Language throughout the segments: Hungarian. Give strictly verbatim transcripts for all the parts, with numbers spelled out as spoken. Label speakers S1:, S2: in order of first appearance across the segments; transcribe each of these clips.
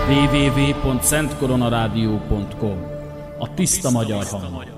S1: double-u double-u double-u pont szent korona rádió pont com. A tiszta magyar hang.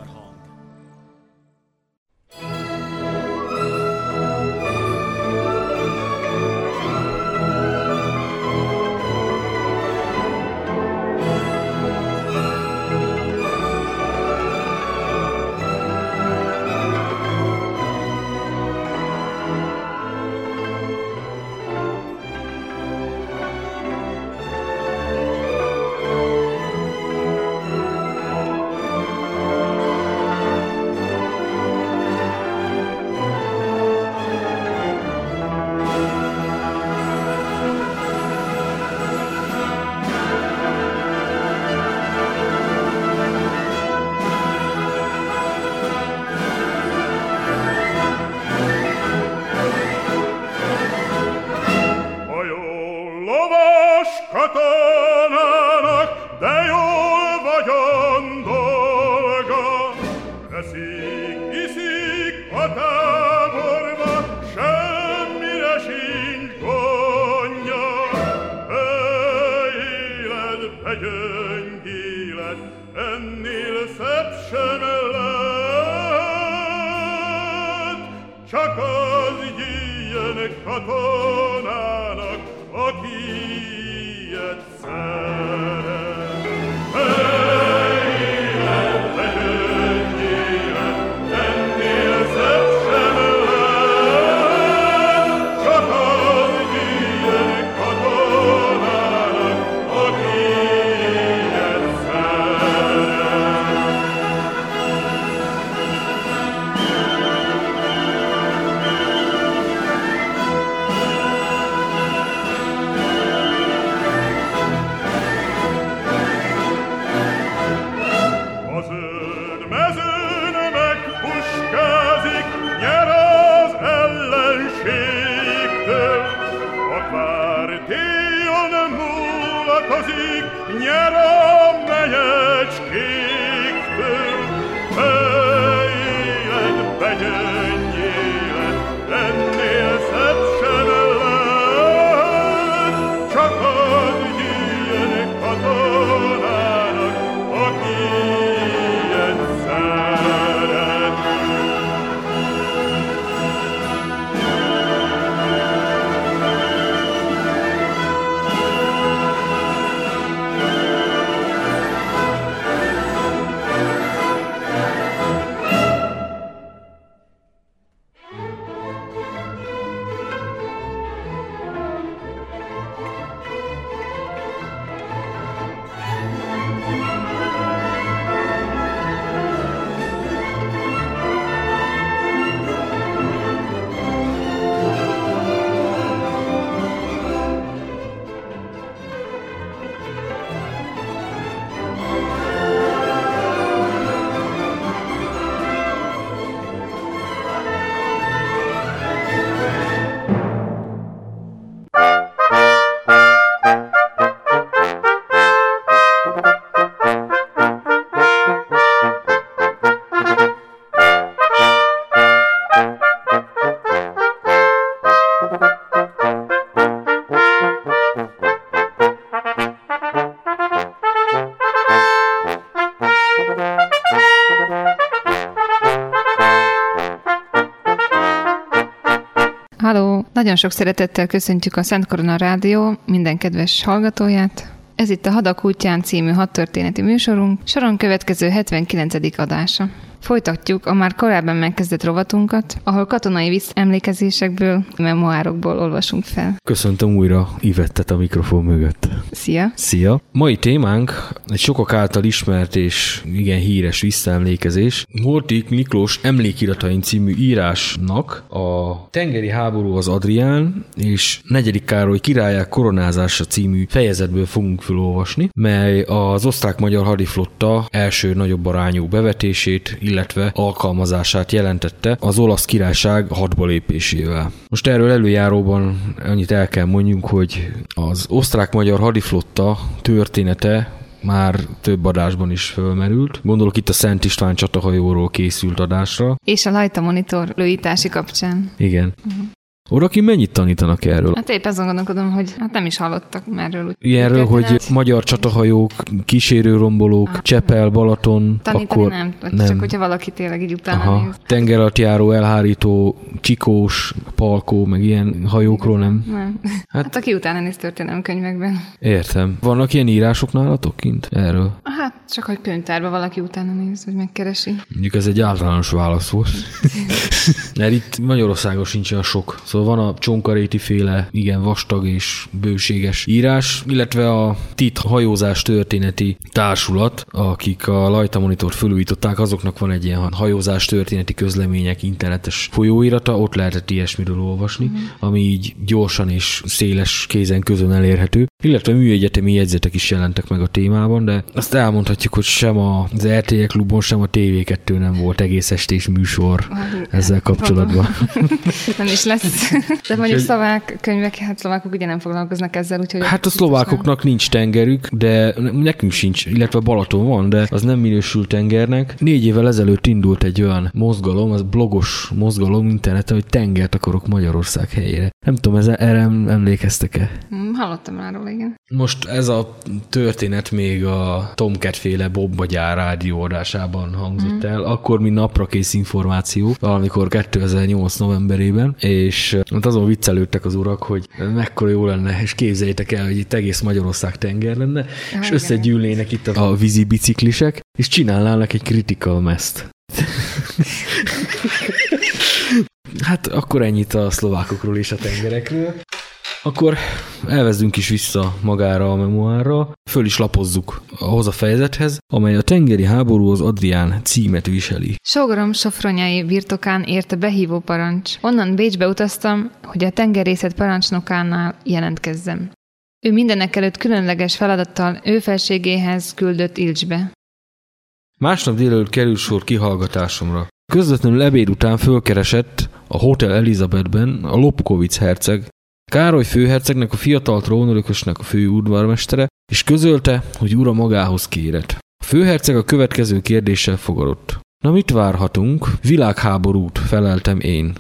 S2: Halló! Nagyon sok szeretettel köszöntjük a Szent Korona Rádió minden kedves hallgatóját. Ez itt a Hadak útján című hadtörténeti műsorunk, soron következő hetvenkilencedik adása. Folytatjuk a már korábban megkezdett rovatunkat, ahol katonai visszaemlékezésekből, memoárokból olvasunk fel.
S3: Köszöntöm újra Ivettet a mikrofon mögött.
S2: Szia!
S3: Szia! Mai témánk egy sokak által ismert és igen híres visszaemlékezés. Horthy Miklós Emlékiratain című írásnak a Tengeri háború az Adrián és negyedik Károly királyák koronázása című fejezetből fogunk felolvasni, mely az osztrák-magyar hadiflotta első nagyobb arányú bevetését, illetve alkalmazását jelentette az olasz királyság hadba lépésével. Most erről előjáróban annyit el kell mondjunk, hogy az osztrák-magyar hadiflotta története már több adásban is fölmerült. Gondolok itt a Szent István csatahajóról készült adásra.
S2: És a Lajta Monitor lőítási kapcsán.
S3: Igen. Uh-huh. Oda ki mennyit tanítanak erről?
S2: Hát épp azon gondolkodom, hogy hát nem is hallottak erről.
S3: Ilyenről, hogy magyar csatahajók, kísérőrombolók, ah, Csepel, Balaton,
S2: tanítani
S3: akkor
S2: nem,
S3: nem.
S2: Csak hogyha valaki tényleg így utána
S3: Aha.
S2: néz.
S3: Tengeralattjáró, elhárító, Csikós, Palkó, meg ilyen hajókról nem?
S2: Nem. Hát, hát aki utána néz történelemkönyvekben.
S3: Értem. Vannak ilyen írások nálatok kint erről?
S2: Hát csak, hogy könyvtárba valaki utána néz, hogy megkeresi.
S3: Mondjuk ez egy általános válasz volt. Mert itt Magyarországon sincs olyan sok. Szóval van a Csonkaréti féle, igen, vastag és bőséges írás, illetve a Tit hajózás történeti társulat, akik a Lajta Monitort fölújították, azoknak van egy ilyen hajózás történeti közlemények internetes folyóirata, ott lehetett ilyesmiről olvasni, mm. ami így gyorsan és széles kézen közön elérhető, illetve műegyetemi jegyzetek is jelentek meg a témában, de azt elmondhatjuk, hogy sem az er té é Klubon, sem a té vé kettő nem volt egész estés műsor hát, ezzel kapcsolatban.
S2: Nem is lesz. De mondjuk szlovák könyvek, hát szlovákok ugye nem foglalkoznak ezzel, úgyhogy...
S3: Hát a szlovákoknak nincs tengerük, de nekünk sincs, illetve Balaton van, de az nem minősül tengernek. Négy évvel ezelőtt indult egy olyan mozgalom, az blogos mozgalom interneten, hogy tengert akarok Magyarország helyére. Nem tudom, ez, erre emlékeztek-e?
S2: Hallottam már róla, igen.
S3: Most ez a történet még a Tomcat-féle Bobbagyár rádióadásában hangzott el, mm. akkor mi naprakész információ, valamikor kétezer-nyolc novemberében, és azon viccelődtek az urak, hogy mekkora jó lenne, és képzeljétek el, hogy itt egész Magyarország tenger lenne, ah, és összegyűlnének itt a, a vízi biciklisek, és csinálnának egy critical mass-t. Hát akkor ennyit a szlovákokról és a tengerekről. Akkor elvezzünk is vissza magára a memoárra, föl is lapozzuk ahhoz a fejezethez, amely a tengeri háború az Adrián címet viseli.
S2: Sógorom sofronyai birtokán érte behívó parancs. Onnan Bécsbe utaztam, hogy a tengerészet parancsnokánál jelentkezzem. Ő mindenek előtt különleges feladattal ő felségéhez küldött Ilcsbe.
S3: Másnap délelőtt került sor kihallgatásomra. Közvetlenül ebéd után fölkeresett a Hotel Elizabethben a Lobkowicz herceg, Károly főhercegnek, a fiatal trónörökösnek a fő udvarmestere, és közölte, hogy ura magához kéret. A főherceg a következő kérdéssel fogadott. Na mit várhatunk? Világháborút, feleltem én.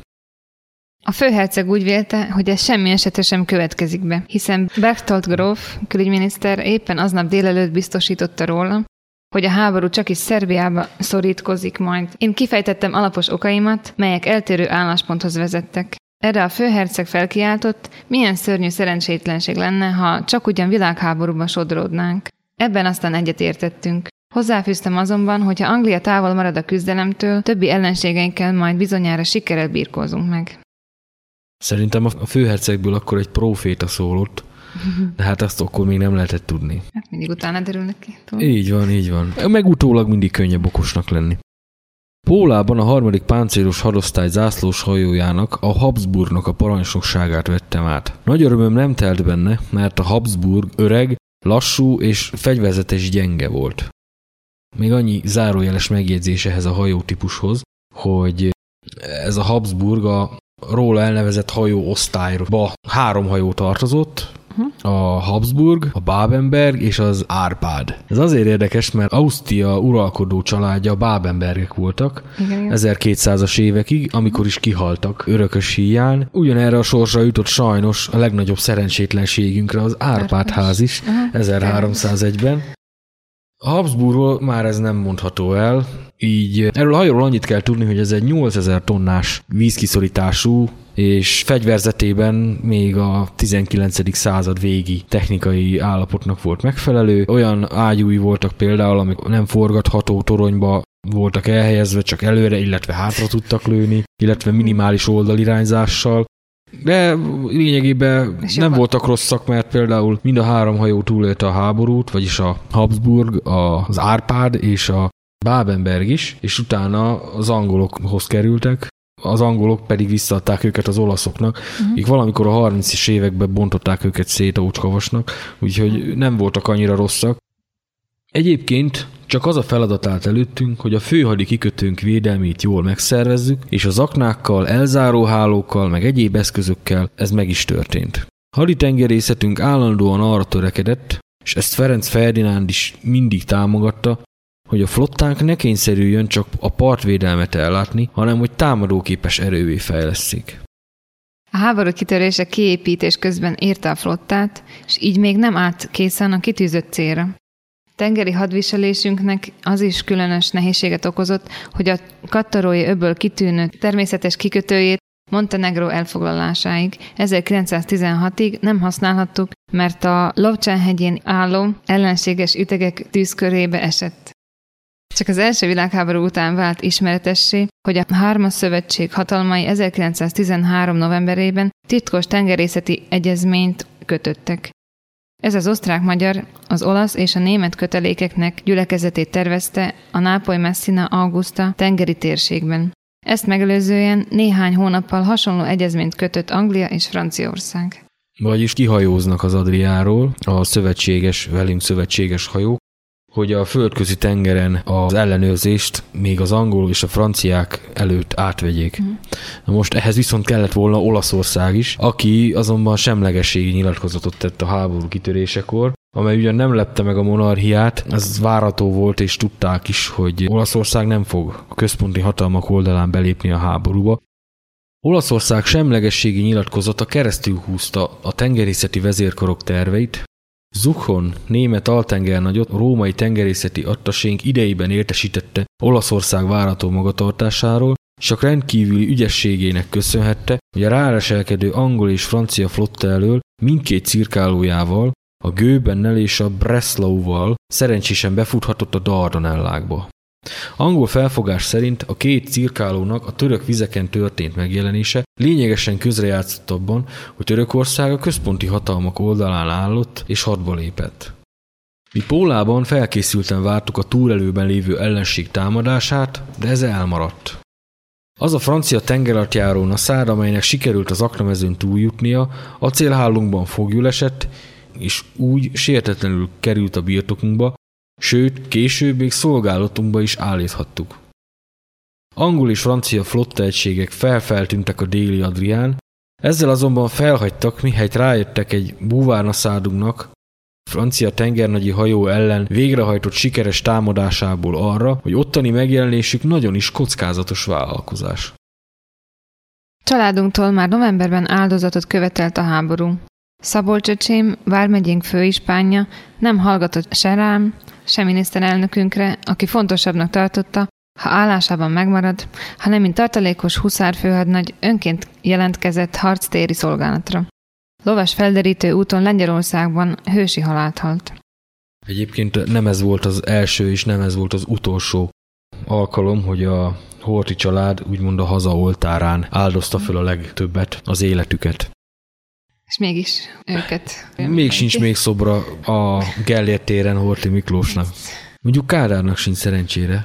S2: A főherceg úgy vélte, hogy ez semmi esetre sem következik be, hiszen Berchtold gróf, külügyminiszter éppen aznap délelőtt biztosította róla, hogy a háború csak is Szerbiába szorítkozik majd. Én kifejtettem alapos okaimat, melyek eltérő állásponthoz vezettek. Erre a főherceg felkiáltott, milyen szörnyű szerencsétlenség lenne, ha csak ugyan világháborúba sodródnánk. Ebben aztán egyetértettünk. Hozzáfűztem azonban, hogy ha Anglia távol marad a küzdelemtől, többi ellenségeinkkel majd bizonyára sikerrel birkózunk meg.
S3: Szerintem a főhercegből akkor egy próféta szólott, de hát azt akkor még nem lehetett tudni.
S2: Hát mindig utána derülnek ki.
S3: Így van, így van. Meg utólag mindig könnyebb okosnak lenni. Pólában a harmadik páncélos hadosztály zászlós hajójának, a Habsburgnak a parancsnokságát vettem át. Nagy örömöm nem telt benne, mert a Habsburg öreg, lassú és fegyverzetes gyenge volt. Még annyi zárójeles megjegyzés ehhez a hajótípushoz, hogy ez a Habsburg a róla elnevezett hajó osztályba három hajó tartozott, a Habsburg, a Babenberg és az Árpád. Ez azért érdekes, mert Ausztria uralkodó családja a Babenbergek voltak igen, ezerkétszázas évekig, amikor is kihaltak örökös híján. Ugyanerre a sorsra jutott sajnos a legnagyobb szerencsétlenségünkre az Árpád ház is ezerháromszázegyben. A Habsburgról már ez nem mondható el, így erről a hajóról annyit kell tudni, hogy ez egy nyolcezer tonnás vízkiszorítású, és fegyverzetében még a tizenkilencedik század végi technikai állapotnak volt megfelelő. Olyan ágyúi voltak például, amik nem forgatható toronyba voltak elhelyezve, csak előre, illetve hátra tudtak lőni, illetve minimális oldalirányzással. De lényegében nem voltak rosszak, mert például mind a három hajó túlélte a háborút, vagyis a Habsburg, az Árpád és a Babenberg is, és utána az angolokhoz kerültek, az angolok pedig visszaadták őket az olaszoknak, uh-huh. akik valamikor a harmincas években bontották őket szét Ócskavasnak, úgyhogy nem voltak annyira rosszak. Egyébként csak az a feladat állt előttünk, hogy a főhadi kikötőnk védelmét jól megszervezzük, és az aknákkal, elzáróhálókkal, meg egyéb eszközökkel ez meg is történt. Haditengerészetünk állandóan arra törekedett, és ezt Ferenc Ferdinánd is mindig támogatta, hogy a flottánk ne kényszerüljön csak a partvédelmet ellátni, hanem hogy támadóképes erővé fejlesszék.
S2: A háború kitörése kiépítés közben érte a flottát, és így még nem állt készen a kitűzött célra. Tengeri hadviselésünknek az is különös nehézséget okozott, hogy a Kattarói öböl kitűnő természetes kikötőjét Montenegró elfoglalásáig, ezerkilencszáztizenhatig nem használhattuk, mert a Lovcsán-hegyén álló ellenséges ütegek tűzkörébe esett. Csak az első világháború után vált ismeretessé, hogy a Hármas Szövetség hatalmai ezerkilencszáztizenhárom novemberében titkos tengerészeti egyezményt kötöttek. Ez az osztrák-magyar, az olasz és a német kötelékeknek gyülekezetét tervezte a Nápoly-Messina Augusta tengeri térségben. Ezt megelőzően néhány hónappal hasonló egyezményt kötött Anglia és Franciaország.
S3: Vagyis kihajóznak az Adriáról a szövetséges, velünk szövetséges hajók, hogy a földközi tengeren az ellenőrzést még az angol és a franciák előtt átvegyék. Mm. Na most ehhez viszont kellett volna Olaszország is, aki azonban semlegességi nyilatkozatot tett a háború kitörésekor, amely ugyan nem lepte meg a monarchiát, ez várható volt és tudták is, hogy Olaszország nem fog a központi hatalmak oldalán belépni a háborúba. Olaszország semlegességi nyilatkozata keresztül húzta a tengerészeti vezérkarok terveit. Zuchon, német altengernagyot, római tengerészeti attasénk idejében értesítette Olaszország várható magatartásáról, és csak rendkívüli ügyességének köszönhette, hogy a ráleselkedő angol és francia flotta elől mindkét cirkálójával, a Göbennel és a Breslauval szerencsésen befuthatott a Dardanellákba. Angol felfogás szerint a két cirkálónak a török vizeken történt megjelenése lényegesen közrejátszott abban, hogy Törökország a központi hatalmak oldalán állott és hadba lépett. Mi Pólában felkészülten vártuk a túlelőben lévő ellenség támadását, de ez elmaradt. Az a francia tengeralattjáró naszád, amelynek sikerült az aknamezőn túljutnia, acélhálónkban foglyul esett, és úgy sértetlenül került a birtokunkba, sőt, később még szolgálatunkba is állíthattuk. Angol és francia flotta egységek felfeltűntek a déli Adrián, ezzel azonban felhagytak, mihelyt rájöttek egy búvárnaszádunknak francia tengernagyi hajó ellen végrehajtott sikeres támadásából arra, hogy ottani megjelenésük nagyon is kockázatos vállalkozás.
S2: Családunktól már novemberben áldozatot követelt a háború. Szabolcs öcsém, vármegyénk főispánja nem hallgatott se rám, se miniszterelnökünkre, aki fontosabbnak tartotta, ha állásában megmarad, hanem mint tartalékos huszárfőhadnagy önként jelentkezett harctéri szolgálatra. Lovas felderítő úton Lengyelországban hősi halált halt.
S3: Egyébként nem ez volt az első és nem ez volt az utolsó alkalom, hogy a Horthy család úgymond a haza oltárán áldozta föl a legtöbbet, az életüket.
S2: És mégis őket...
S3: Még sincs még szobra a Gellért téren Horthy Miklósnak. Mondjuk Kádárnak sincs szerencsére.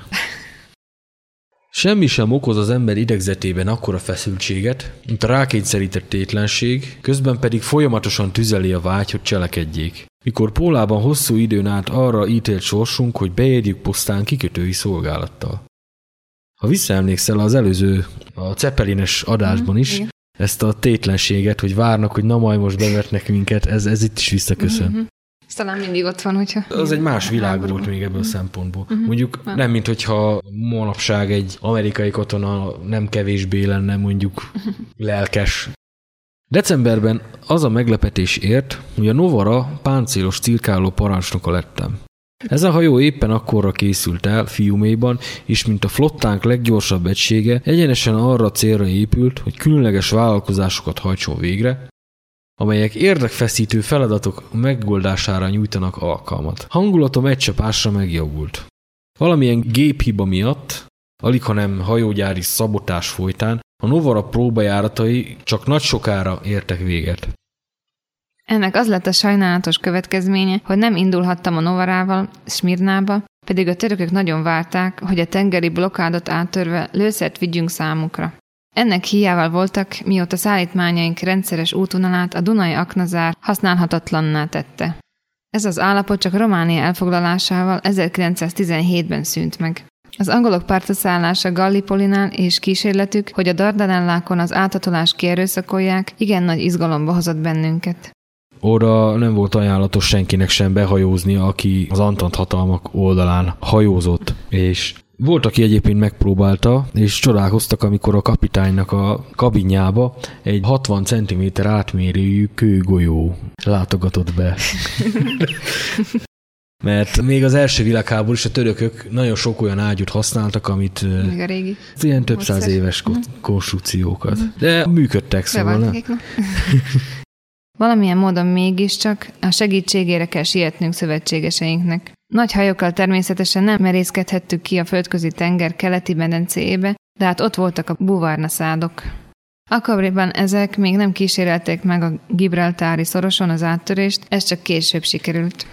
S3: Semmi sem okoz az ember idegzetében akkora feszültséget, mint a rákényszerített tétlenség, közben pedig folyamatosan tüzeli a vágy, hogy cselekedjék. Mikor Pólában hosszú időn át arra ítélt sorsunk, hogy beérjük posztán kikötői szolgálattal. Ha visszaemlékszel az előző, a Cepelines adásban is, mm, ezt a tétlenséget, hogy várnak, hogy na majd most bevetnek minket, ez, ez itt is visszaköszön.
S2: Mm-hmm. Ez talán mindig ott van, hogyha...
S3: Az egy más világ volt még ebből a szempontból. Uh-huh. Mondjuk uh-huh. nem, mint hogyha manapság egy amerikai katona nem kevésbé lenne mondjuk uh-huh. lelkes. Decemberben az a meglepetés ért, hogy a Novara páncélos cirkáló parancsnoka lettem. Ez a hajó éppen akkorra készült el Fiuméban, és mint a flottánk leggyorsabb egysége, egyenesen arra a célra épült, hogy különleges vállalkozásokat hajtson végre, amelyek érdekfeszítő feladatok megoldására nyújtanak alkalmat. Hangulatom egy csapásra megjavult. Valamilyen géphiba miatt, alighanem hajógyári szabotás folytán, a Novara próbajáratai csak nagy sokára értek véget.
S2: Ennek az lett a sajnálatos következménye, hogy nem indulhattam a Novarával Smirnába, pedig a törökök nagyon várták, hogy a tengeri blokkádot áttörve lőszert vigyünk számukra. Ennek híjával voltak, mióta szállítmányaink rendszeres útvonalát a Dunai aknazár használhatatlanná tette. Ez az állapot csak Románia elfoglalásával ezerkilencszáztizenhétben szűnt meg. Az angolok pártaszállása Gallipolinál és kísérletük, hogy a Dardanellákon az átatolást kierőszakolják, igen nagy izgalomba hozott bennünket.
S3: Oda nem volt ajánlatos senkinek sem behajózni, aki az Antant hatalmak oldalán hajózott, és Volt, aki egyébként megpróbálta, és csodálkoztak, amikor a kapitánynak a kabinjába egy hatvan centiméter átmérőjű kőgolyó látogatott be. Mert még az első világháború is a törökök nagyon sok olyan ágyút használtak, amit
S2: még a régi
S3: ilyen több száz éves mm. konstrukciókat. De működtek, szóval nem.
S2: Valamilyen módon mégiscsak a segítségére kell sietnünk szövetségeseinknek. Nagy hajókkal természetesen nem merészkedhettük ki a földközi tenger keleti medencéjébe, de hát ott voltak a buvárnaszádok. Akkoriban ezek még nem kísérelték meg a gibraltári szoroson az áttörést, ez csak később sikerült.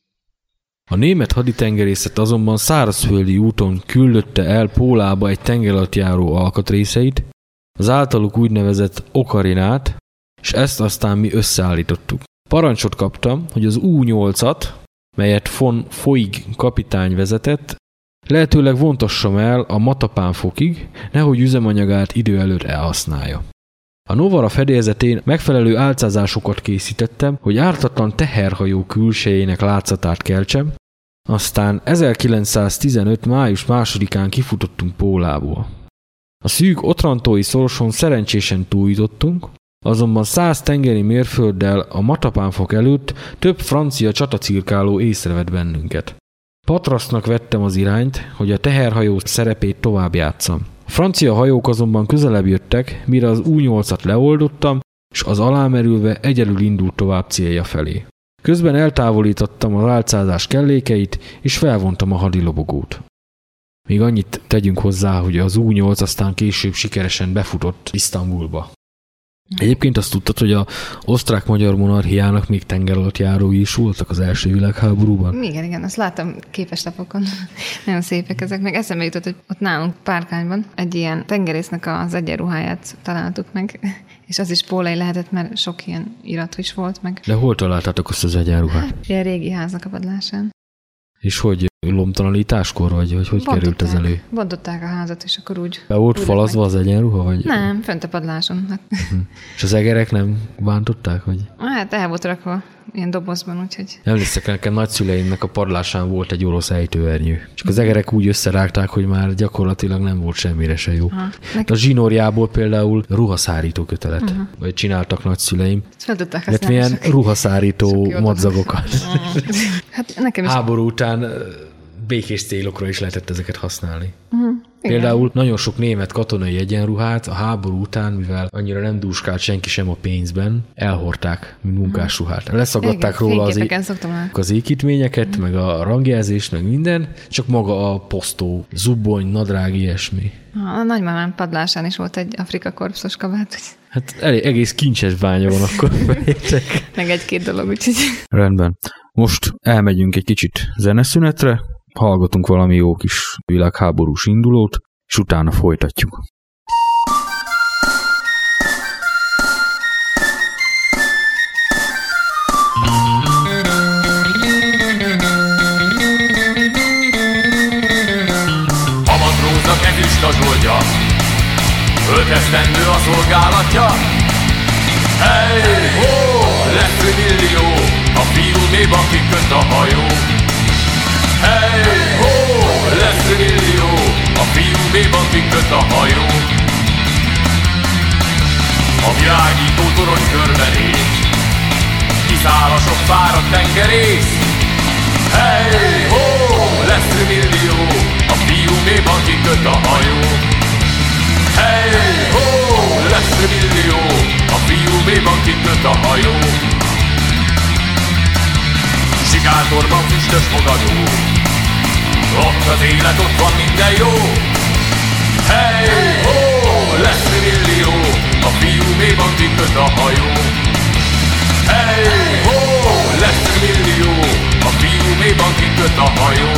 S3: A német haditengerészet azonban szárazföldi úton küldötte el Pólába egy tengeralattjáró alkatrészeit, az általuk úgynevezett okarinát, és ezt aztán mi összeállítottuk. Parancsot kaptam, hogy az U nyolcat, melyet von Foig kapitány vezetett, lehetőleg vontassam el a Matapánfokig, nehogy üzemanyagát idő előtt elhasználja. A Novara fedélzetén megfelelő álcázásokat készítettem, hogy ártatlan teherhajó külsejének látszatát keltsem, aztán ezerkilencszáztizenöt. május másodikán kifutottunk Pólából. A szűk otrantói szoroson szerencsésen túljutottunk, azonban száz tengeri mérfölddel a Matapánfok előtt több francia csatacirkáló észrevett bennünket. Patrasznak vettem az irányt, hogy a teherhajó szerepét tovább játsszam. A francia hajók azonban közelebb jöttek, mire az U nyolcat leoldottam, és az alámerülve egyedül indult tovább célja felé. Közben eltávolítottam az álcázás kellékeit, és felvontam a hadilobogót. Még annyit tegyünk hozzá, hogy az U nyolc aztán később sikeresen befutott Isztambulba. Egyébként azt tudtad, hogy az osztrák-magyar monarchiának még tengeralattjárói is voltak az első világháborúban?
S2: Igen, igen, azt láttam képeslapokon. Nagyon szépek ezek. Meg eszembe jutott, hogy ott nálunk Párkányban egy ilyen tengerésznek az egyenruháját találtuk meg, és az is pólai lehetett, mert sok ilyen irat is volt meg.
S3: De hol találtátok azt az egyenruhát?
S2: Ilyen régi háznak a padlásán.
S3: És hogy lomtalanításkor, vagy hogy, hogy került ez elő?
S2: Bontották a házat, és akkor úgy...
S3: Be volt falazva az egyenruha, vagy?
S2: Nem, fönt a padláson. Hát.
S3: Uh-huh. És az egerek nem bántották, vagy?
S2: Hát el volt rakva ilyen dobozban, úgyhogy...
S3: Emlékszek, nekem nagyszüleimnek a padlásán volt egy orosz ejtőernyő. Csak az egerek úgy összerágták, hogy már gyakorlatilag nem volt semmire se jó. Nek... A zsinórjából például ruhaszárító kötelet, uh-huh. vagy csináltak nagyszüleim.
S2: Fel tudták
S3: használni. Illetve ilyen ruhaszárító madzagokat.
S2: Hát nekem is...
S3: Háború után békés célokra is lehetett ezeket használni. Uh-huh. Például nagyon sok német katonai egyenruhát a háború után, mivel annyira nem dúskált senki sem a pénzben, elhordták, mint munkásruhát. Leszaggatták róla az, é- az ékítményeket, uh-huh. meg a rangjelzést, meg minden, csak maga a posztó, zubbony, nadrág, ilyesmi.
S2: A nagymamám padlásán is volt egy Afrika korpszos kabát.
S3: Hát elég, egész kincses bánya van akkor.
S2: Meg egy-két dolog, úgyhogy...
S3: Rendben. Most elmegyünk egy kicsit zeneszünetre, hallgatunk valami jó kis világháborús indulót, és utána folytatjuk.
S4: A matróznak ezüst a zsoldja, öltesztendő a szolgálatja. Hey, ho, lesz ő millió, a fiú mélyban kiköt a hajó. Hey, ho, lesz ő millió, a fiú mélyban kiköt a hajó. A világító torony körbenéz, kiszáll a sok fáradt tengerész. Hey, ho, lesz ő millió, a fiú mélyban kiköt a hajó. Hey, ho, lesz ő millió, a fiú mélyban kiköt a hajó. Sikátorban füstös fogadó, ott az élet, ott van minden jó. Hey, ho, lesz ő millió, a fiú mélyban kiköt a hajó. Hey, ho, lesz ő millió, a fiú mélyban kiköt a hajó.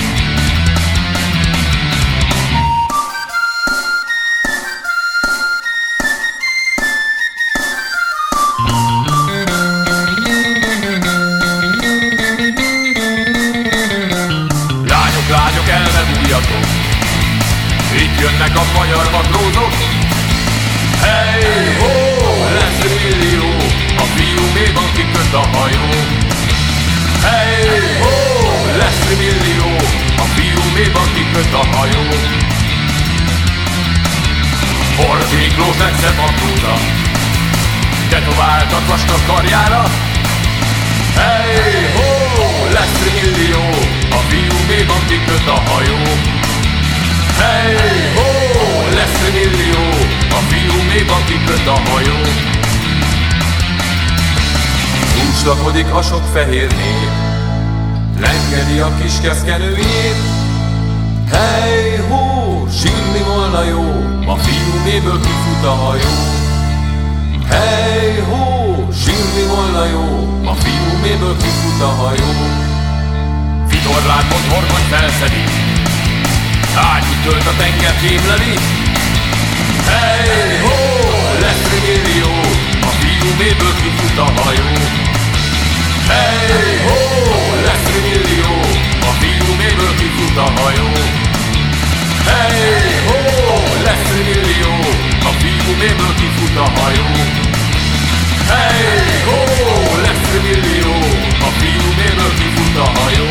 S4: Lányok, elmebújjatok, itt jönnek a magyar matrózok. Hey, ho, lesz ő millió, a fiú mélyban kiköt a hajó. Hey, ho, lesz ő millió, a fiúméban kiköt a hajó. Horthy Miklós legszebb matróza, tetováltat vastag karjára. Hey, ho, lesz millió, a fiúméban kiköt a hajó. Hey, ho, lesz millió, a fiúméban kiköt a hajó. Húslakodik a sok fehér nép, lengedi a kis keszkenőjét. Hey, ho, sírni volna jó, a fiúméből kifut a hajó. Hey, ho, sírni volna jó, a fiúméből kifut a hajó. Vitorlákot horgony felszedi, ágyit tölt a tenger kémleli. Hey, ho, lesz millió, a fiúméből kifut a hajó. Hey, ho, lesz millió, a fiúméből kifut a hajó. Hey, ho, lesz millió, a fiúméből kifut a hajó. Hey, ho, lesz millió, a fiúméből kifut a hajó.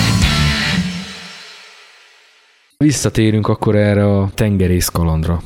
S3: Visszatérünk akkor erre a tengerészkalandra.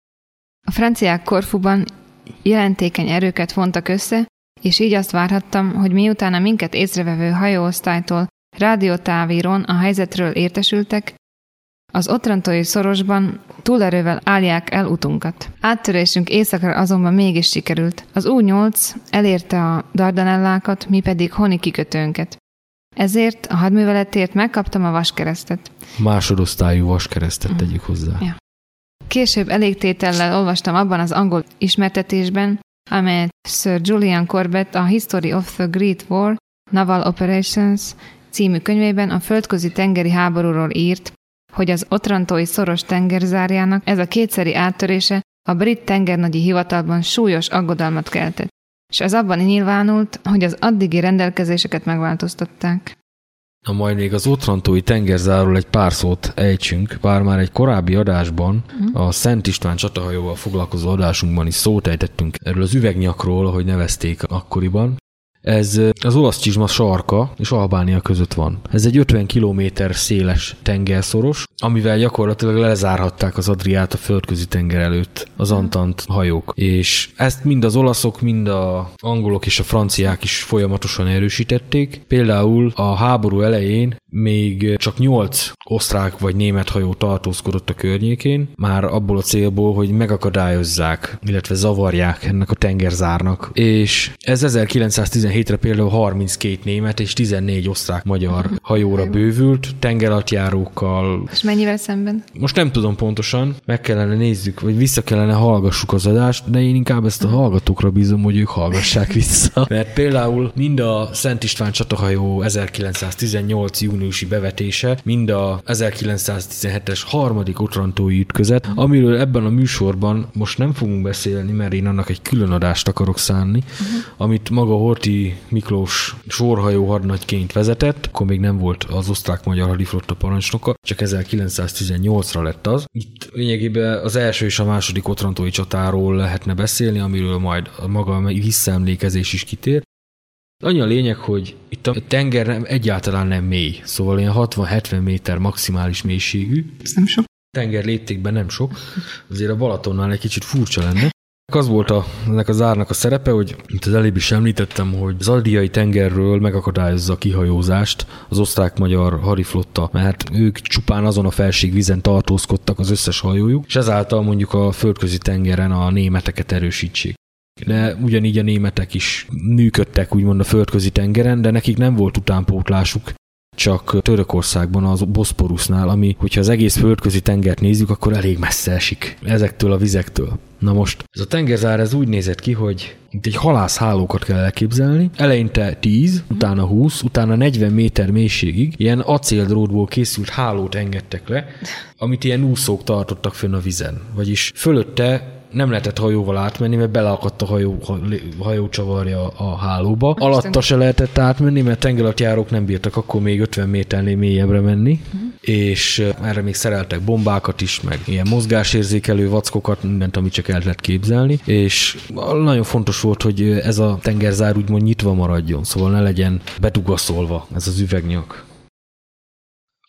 S2: A franciák Korfuban jelentékeny erőket vontak össze, és így azt várhattam, hogy miután a minket észrevevő hajóosztálytól rádiótávíron a helyzetről értesültek, az otrantói szorosban túlerővel állják el utunkat. Áttörésünk északra azonban mégis sikerült. Az U nyolc elérte a Dardanellákat, mi pedig Honi kikötőnket. Ezért a hadműveletért megkaptam a vaskeresztet.
S3: Másodosztályú vaskeresztet tegyük hozzá.
S2: Ja. Később elégtétellel olvastam abban az angol ismertetésben, amelyet Sir Julian Corbett a History of the Great War Naval Operations című könyvében a földközi tengeri háborúról írt, hogy az otrantói szoros tengerzárjának ez a kétszeri áttörése a brit tengernagyi hivatalban súlyos aggodalmat keltett, és az abban nyilvánult, hogy az addigi rendelkezéseket megváltoztatták.
S3: Na majd még az otrantói tengerzárról egy pár szót ejtsünk, bár már egy korábbi adásban, uh-huh. a Szent István csatahajóval foglalkozó adásunkban is szót ejtettünk erről az üvegnyakról, ahogy nevezték akkoriban. Ez az olasz csizma sarka és Albánia között van. Ez egy ötven kilométer széles tengerszoros, amivel gyakorlatilag lezárhatták az Adriát a földközi tenger előtt az Antant hajók. És ezt mind az olaszok, mind az angolok és a franciák is folyamatosan erősítették. Például a háború elején még csak nyolc osztrák vagy német hajó tartózkodott a környékén, már abból a célból, hogy megakadályozzák, illetve zavarják ennek a tengerzárnak. És ez ezerkilencszáztizenhétre például harminckét német és tizennégy osztrák-magyar hajóra bővült, tengeralattjárókkal.
S2: És mennyivel szemben?
S3: Most nem tudom pontosan, meg kellene nézzük, vagy vissza kellene hallgassuk az adást, de én inkább ezt a hallgatókra bízom, hogy ők hallgassák vissza. Mert például mind a Szent István csatahajó ezerkilencszáztizennyolc júniusi bevetése, mind a ezerkilencszáztizenhetes harmadik otrantói ütközet, amiről ebben a műsorban most nem fogunk beszélni, mert én annak egy külön adást akarok szánni, uh-huh. amit maga Horthy Miklós sorhajó hadnagyként vezetett, akkor még nem volt az osztrák-magyar hadiflotta parancsnoka, csak ezerkilencszáztizennyolcra lett az. Itt lényegében az első és a második otrantói csatáról lehetne beszélni, amiről majd a maga visszaemlékezés is kitér. Annyi a lényeg, hogy itt a tenger nem, egyáltalán nem mély, szóval ilyen hatvan-hetven méter maximális mélységű.
S2: Ez nem sok.
S3: Tenger léptékben nem sok, azért a Balatonnál egy kicsit furcsa lenne. Az volt a, ennek az árnak a szerepe, hogy itt az előbb is említettem, hogy az Adriai tengerről megakadályozza a kihajózást az osztrák-magyar hadiflotta, mert ők csupán azon a felségvízen tartózkodtak az összes hajójuk, és ezáltal mondjuk a földközi tengeren a németeket erősítsék. De ugyanígy a németek is működtek úgymond a földközi tengeren, de nekik nem volt utánpótlásuk, csak Törökországban, az Boszporusznál, ami, hogyha az egész földközi tengert nézzük, akkor elég messze esik ezektől a vizektől. Na most, ez a tengerzár ez úgy nézett ki, hogy itt egy halászhálókat kell elképzelni. Eleinte tíz, utána húsz, utána negyven méter mélységig ilyen acéldrótból készült hálót engedtek le, amit ilyen úszók tartottak fönn a vizen. Vagyis fölötte nem lehetett hajóval átmenni, mert beleakadt a hajó, hajócsavarja a hálóba. Alatta se lehetett átmenni, mert tengeralattjárók nem bírtak akkor még ötven méternél mélyebbre menni, uh-huh. és erre még szereltek bombákat is, meg ilyen mozgásérzékelő vackokat, mindent, amit csak el lehet képzelni, és nagyon fontos volt, hogy ez a tengerzár úgymond nyitva maradjon, szóval ne legyen bedugaszolva ez az üvegnyak.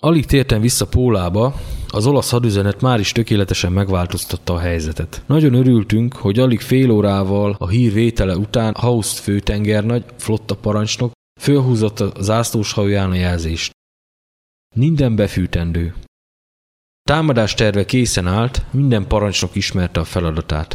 S3: Alig tértem vissza Pólába, az olasz hadüzenet már is tökéletesen megváltoztatta a helyzetet. Nagyon örültünk, hogy alig fél órával a hír vétele után Haust főtengernagy, flotta parancsnok fölhúzott a zászlós hajóján a jelzést. Minden befűtendő. Támadás terve készen állt, minden parancsnok ismerte a feladatát.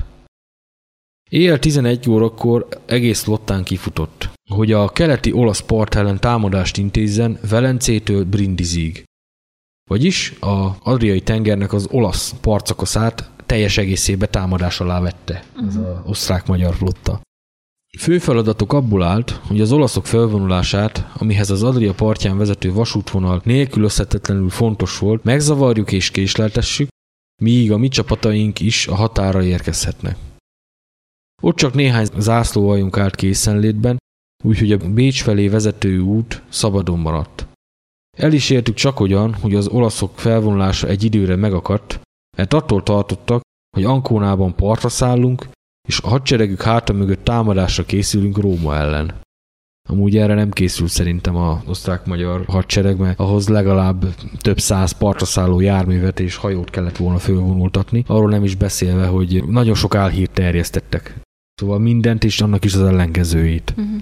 S3: Éjjel tizenegy órakor egész flottán kifutott, hogy a keleti olasz part ellen támadást intézzen Velencétől Brindisiig. Vagyis az Adriai tengernek az olasz partszakaszát teljes egészébe támadás alá vette ez az osztrák-magyar flotta. Fő feladatok abból állt, hogy az olaszok felvonulását, amihez az Adria partján vezető vasútvonal nélkülözhetetlenül fontos volt, megzavarjuk és késleltessük, míg a mi csapataink is a határra érkezhetnek. Ott csak néhány zászlóaljunk állt készenlétben, úgyhogy a Bécs felé vezető út szabadon maradt. El is értük csak olyan, hogy az olaszok felvonulása egy időre megakadt, mert attól tartottak, hogy Ancónában partra szállunk, és a hadseregük háta mögött támadásra készülünk Róma ellen. Amúgy erre nem készült szerintem az osztrák-magyar hadsereg, mert ahhoz legalább több száz partra szálló járművet és hajót kellett volna fölvonultatni, arról nem is beszélve, hogy nagyon sok álhírt terjesztettek. Szóval mindent és annak is az ellenkezőjét. Uh-huh.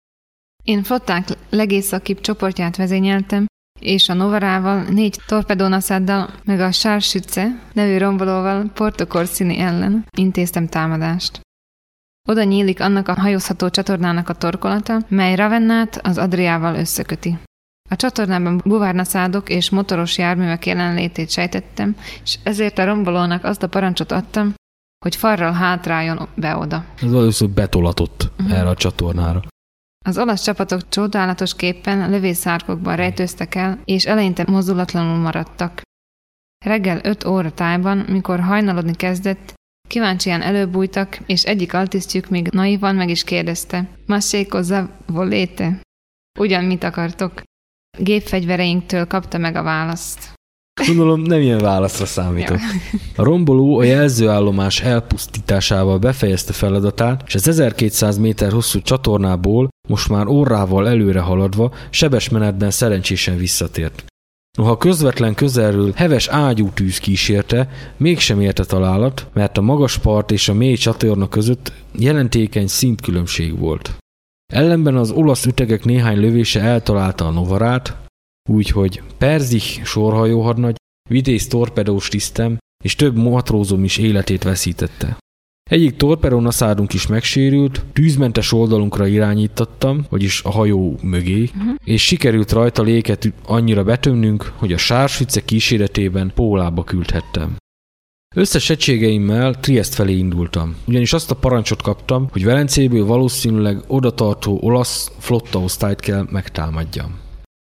S2: Én flották legészakibb csoportját vezényeltem, és a Novarával, négy torpedónaszáddal, meg a Scharfschütze nevű rombolóval Porto Corsini ellen intéztem támadást. Oda nyílik annak a hajózható csatornának a torkolata, mely Ravennát az Adriával összeköti. A csatornában buvárnaszádok és motoros járművek jelenlétét sejtettem, és ezért a rombolónak azt a parancsot adtam, hogy farral hátráljon be oda.
S3: Ez valószínűleg betolatott uh-huh. erre a csatornára.
S2: Az olasz csapatok csodálatosképpen lövészárkokban rejtőztek el, és eleinte mozdulatlanul maradtak. Reggel öt óra tájban, mikor hajnalodni kezdett, kíváncsian előbújtak, és egyik altisztjük még naivan meg is kérdezte: "Masé cosa volete?" Ugyan mit akartok? Gépfegyvereinktől kapta meg a választ.
S3: Gondolom, nem ilyen válaszra számított. A romboló a jelzőállomás elpusztításával befejezte feladatát, és az ezerkétszáz méter hosszú csatornából most már órával előre haladva sebes menetben szerencsésen visszatért. Noha közvetlen közelről heves ágyútűz kísérte, mégsem érte találat, mert a magas part és a mély csatorna között jelentékeny szintkülönbség volt. Ellenben az olasz ütegek néhány lövése eltalálta a Novarát, úgyhogy Perzich sorhajóhadnagy, vitéz torpedós tisztem és több matrózom is életét veszítette. Egyik torpedónaszádunk is megsérült, tűzmentes oldalunkra irányítottam, vagyis a hajó mögé, uh-huh. és sikerült rajta léket annyira betömnünk, hogy a Scharfschütze kíséretében Pólába küldhettem. Összes egységeimmel Triest felé indultam, ugyanis azt a parancsot kaptam, hogy Velencéből valószínűleg odatartó olasz flottaosztályt kell megtámadjam.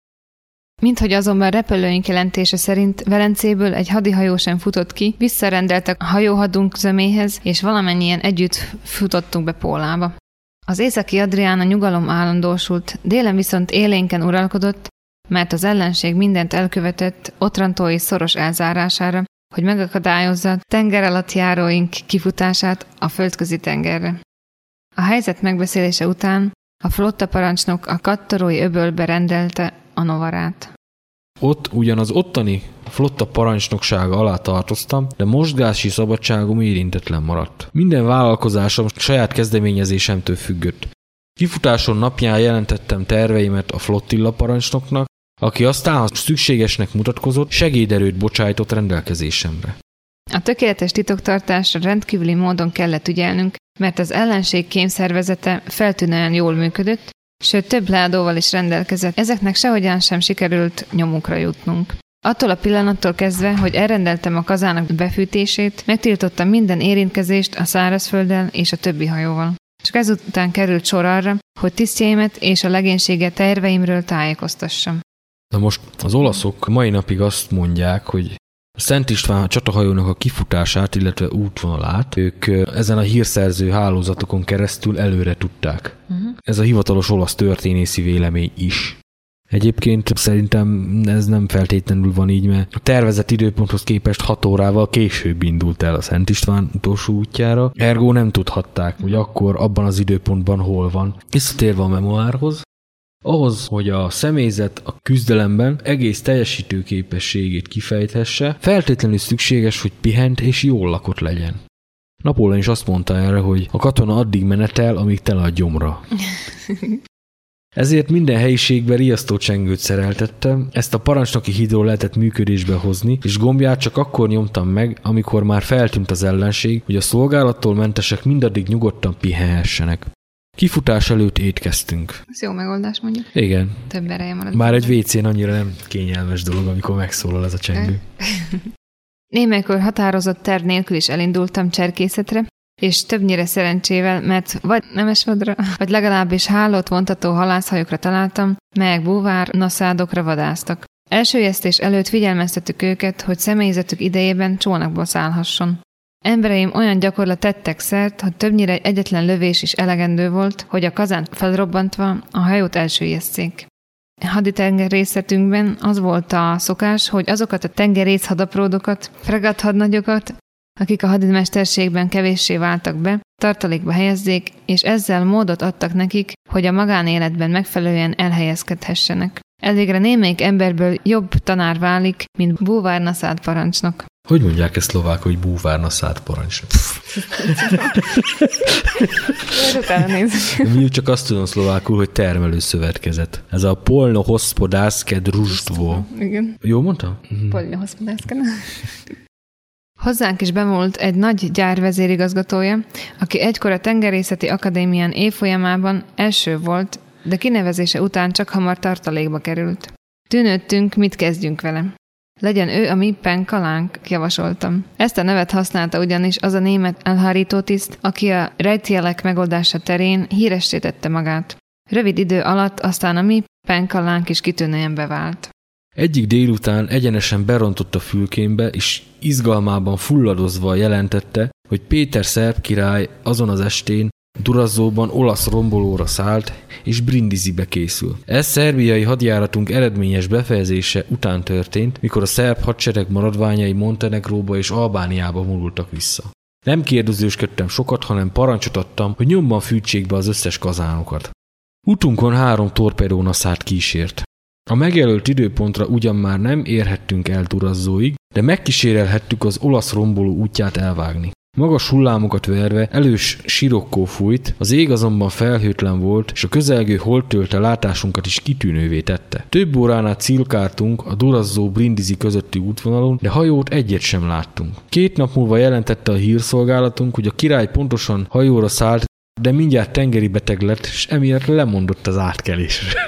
S2: Minthogy azonban repülőink jelentése szerint Velencéből egy hadihajó sem futott ki, visszarendeltek a hajóhadunk zöméhez, és valamennyien együtt futottunk be Pólába. Az északi Adrián a nyugalom állandósult, délen viszont élénken uralkodott, mert az ellenség mindent elkövetett Otrantói szoros elzárására, hogy megakadályozza tengeralattjáróink kifutását a földközi tengerre. A helyzet megbeszélése után a flotta parancsnok a Kattorói öbölbe rendelte a Novarát.
S3: Ott ugyan az ottani flotta parancsnoksága alá tartoztam, de mozgási szabadságom érintetlen maradt. Minden vállalkozásom saját kezdeményezésemtől függött. Kifutáson napján jelentettem terveimet a flottilla parancsnoknak, aki aztán, ha szükségesnek mutatkozott, segéderőt bocsájtott rendelkezésemre.
S2: A tökéletes titoktartásra rendkívüli módon kellett ügyelnünk, mert az ellenség kémszervezete feltűnően jól működött, sőt több leadóval is rendelkezett, ezeknek sehogyan sem sikerült nyomukra jutnunk. Attól a pillanattól kezdve, hogy elrendeltem a kazának befűtését, megtiltottam minden érintkezést a szárazfölddel és a többi hajóval. Csak ezután került sor arra, hogy tisztjeimet és a legénységet terveimről tájékoztassam.
S3: Na most az olaszok mai napig azt mondják, hogy a Szent István csatahajónak a kifutását, illetve útvonalát ők ezen a hírszerző hálózatokon keresztül előre tudták. Uh-huh. Ez a hivatalos olasz történészi vélemény is. Egyébként szerintem ez nem feltétlenül van így, mert a tervezett időponthoz képest hat órával később indult el a Szent István utolsó útjára, ergo nem tudhatták, hogy akkor abban az időpontban hol van. Visszatérve a memoárhoz, Ahhoz, hogy a személyzet a küzdelemben egész teljesítőképességét kifejthesse, feltétlenül szükséges, hogy pihent és jól lakott legyen. Napóleon is azt mondta erre, hogy a katona addig menetel, amíg tele a gyomra. Ezért minden helyiségben riasztócsengőt szereltettem, ezt a parancsnoki hídról lehetett működésbe hozni, és gombját csak akkor nyomtam meg, amikor már feltűnt az ellenség, hogy a szolgálattól mentesek mindaddig nyugodtan pihenhessenek. Kifutás előtt étkeztünk.
S2: Ez jó megoldás, mondjuk.
S3: Igen.
S2: Több ereje marad.
S3: Már egy vécén annyira nem kényelmes dolog, amikor megszólal ez a csengő.
S2: Némelykor határozott terv nélkül is elindultam cserkészetre, és többnyire szerencsével, mert vagy nemesvadra, vagy legalábbis hálót vontató halászhajókra találtam, melyek búvár naszádokra vadásztak. Elsőjeztés előtt figyelmeztettük őket, hogy személyzetük idejében csónakból szállhasson. Embereim olyan gyakorlat tettek szert, hogy többnyire egyetlen lövés is elegendő volt, hogy a kazánt felrobbantva a hajót elsőjesszék. Haditengerészetünkben az volt a szokás, hogy azokat a tengerész hadapródokat, fregathadnagyokat, akik a hadimesterségben kevéssé váltak be, tartalékba helyezzék, és ezzel módot adtak nekik, hogy a magánéletben megfelelően elhelyezkedhessenek. Elvégre némelyik emberből jobb tanár válik, mint búvárnaszád parancsnok.
S3: Hogy mondják ezt szlovák, hogy búvárnaszád parancsnok? Mi csak azt tudom szlovákul, hogy termelőszövetkezet. Ez a Polno hospodářské družstvo.
S2: Igen.
S3: Jól mondtam?
S2: Polno hospodářské. Hozzánk is bemúlt egy nagy gyár vezérigazgatója, aki egykor a tengerészeti akadémián évfolyamában első volt, de kinevezése után csak hamar tartalékba került. Tűnődtünk, mit kezdjünk vele. Legyen ő a mi penkalánk, javasoltam. Ezt a nevet használta ugyanis az a német elhárító tiszt, aki a rejtjelek megoldása terén híressé tette magát. Rövid idő alatt aztán a mi penkalánk is kitűnően bevált.
S3: Egyik délután egyenesen berontott a fülkémbe, és izgalmában fulladozva jelentette, hogy Péter szerb király azon az estén Durazzóban olasz rombolóra szállt, és Brindisibe készül. Ez szerbiai hadjáratunk eredményes befejezése után történt, mikor a szerb hadsereg maradványai Montenegróba és Albániába vonultak vissza. Nem kérdezősködtem sokat, hanem parancsot adtam, hogy nyomban fűtsék be az összes kazánokat. Utunkon három torpedónaszád kísért. A megjelölt időpontra ugyan már nem érhettünk el Durazzóig, de megkísérelhettük az olasz romboló útját elvágni. Magas hullámokat verve elős sirokkó fújt, az ég azonban felhőtlen volt, és a közelgő holdtölte látásunkat is kitűnővé tette. Több órán át cilkáltunk a Durazzó-Brindisi közötti útvonalon, de hajót egyet sem láttunk. Két nap múlva jelentette a hírszolgálatunk, hogy a király pontosan hajóra szállt, de mindjárt tengeri beteg lett, és emiatt lemondott az átkelésre.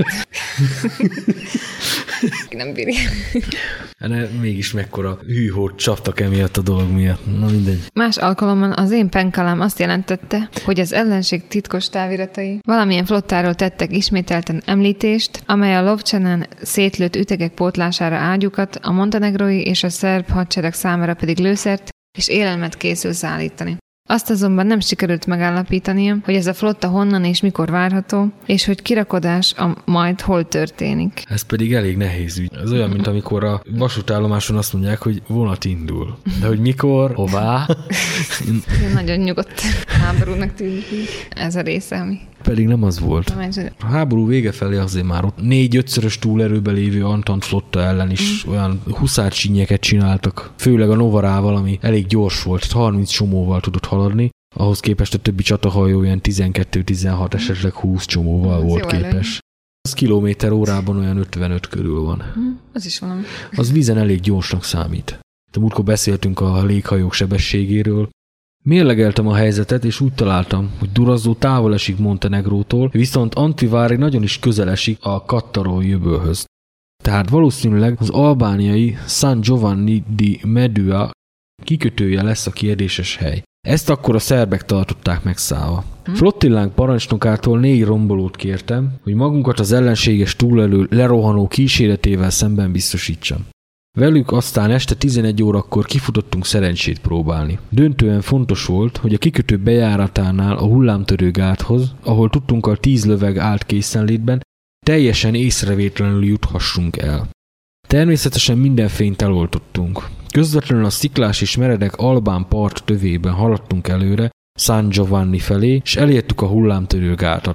S2: Nem bírja.
S3: De mégis mekkora hűhót csaptak emiatt a dolog miatt. Na mindegy.
S2: Más alkalommal az én penkalám azt jelentette, hogy az ellenség titkos táviratai valamilyen flottáról tettek ismételten említést, amely a Lovcsanen szétlőtt ütegek pótlására ágyukat, a montenegrói és a szerb hadsereg számára pedig lőszert és élelmet készül szállítani. Azt azonban nem sikerült megállapítania, hogy ez a flotta honnan és mikor várható, és hogy kirakodás a majd hol történik.
S3: Ez pedig elég nehéz ügy. Ez olyan, mint amikor a vasútállomáson azt mondják, hogy vonat indul. De hogy mikor, hová?
S2: Nagyon nyugodt háborúnak tűnik ez a része, ami...
S3: Pedig nem az volt. A háború vége felé azért már ott négy-ötszörös túlerőbe lévő Antant flotta ellen is mm. olyan huszárcsínyeket csináltak. Főleg a Novarával, ami elég gyors volt, harminc csomóval tudott haladni. Ahhoz képest a többi csatahajó olyan tizenkettő-tizenhat, esetleg húsz csomóval
S2: az
S3: volt képes. Elő. Az kilométer órában olyan ötvenöt körül van.
S2: Mm, az is valami.
S3: Az vízen elég gyorsnak számít. De múltkor beszéltünk a léghajók sebességéről. Mérlegeltem a helyzetet, és úgy találtam, hogy Durazzó távol esik Montenegrótól, viszont Antivári nagyon is közel esik a Kattarói öbölhöz. Tehát valószínűleg az albániai San Giovanni di Medua kikötője lesz a kérdéses hely. Ezt akkor a szerbek tartották megszállva. Hm? Flottillánk parancsnokától négy rombolót kértem, hogy magunkat az ellenséges túlelő lerohanó kíséretével szemben biztosítsam. Velük aztán este tizenegy órakor kifutottunk szerencsét próbálni. Döntően fontos volt, hogy a kikötő bejáratánál a hullámtörő gáthoz, ahol tudtunkkal tíz löveg állt készenlétben, teljesen észrevétlenül juthassunk el. Természetesen minden fényt eloltottunk. Közvetlenül a sziklás és meredek albán part tövében haladtunk előre, San Giovanni felé, és elértük a hullámtörő gátat.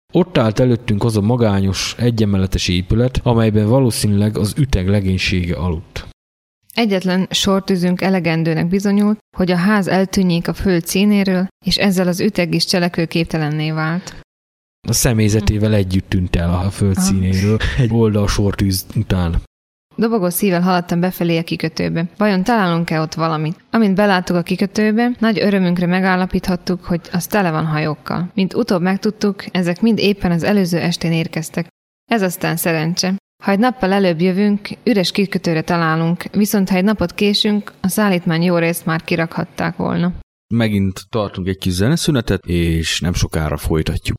S3: Ott állt előttünk az a magányos, egyemeletes épület, amelyben valószínűleg az üteg legénysége aludt.
S2: Egyetlen sortűzünk elegendőnek bizonyult, hogy a ház eltűnjék a föld színéről, és ezzel az üteg is cselekvőképtelenné vált.
S3: A személyzetével együtt tűnt el a föld színéről egy oldal sortűz után.
S2: Dobogó szívvel haladtam befelé a kikötőbe. Vajon találunk-e ott valamit? Amint beláttuk a kikötőbe, nagy örömünkre megállapíthattuk, hogy az tele van hajókkal. Mint utóbb megtudtuk, ezek mind éppen az előző estén érkeztek. Ez aztán szerencse. Ha egy nappal előbb jövünk, üres kikötőre találunk, viszont ha egy napot késünk, a szállítmány jó részt már kirakhatták volna.
S3: Megint tartunk egy kis zeneszünetet, és nem sokára folytatjuk.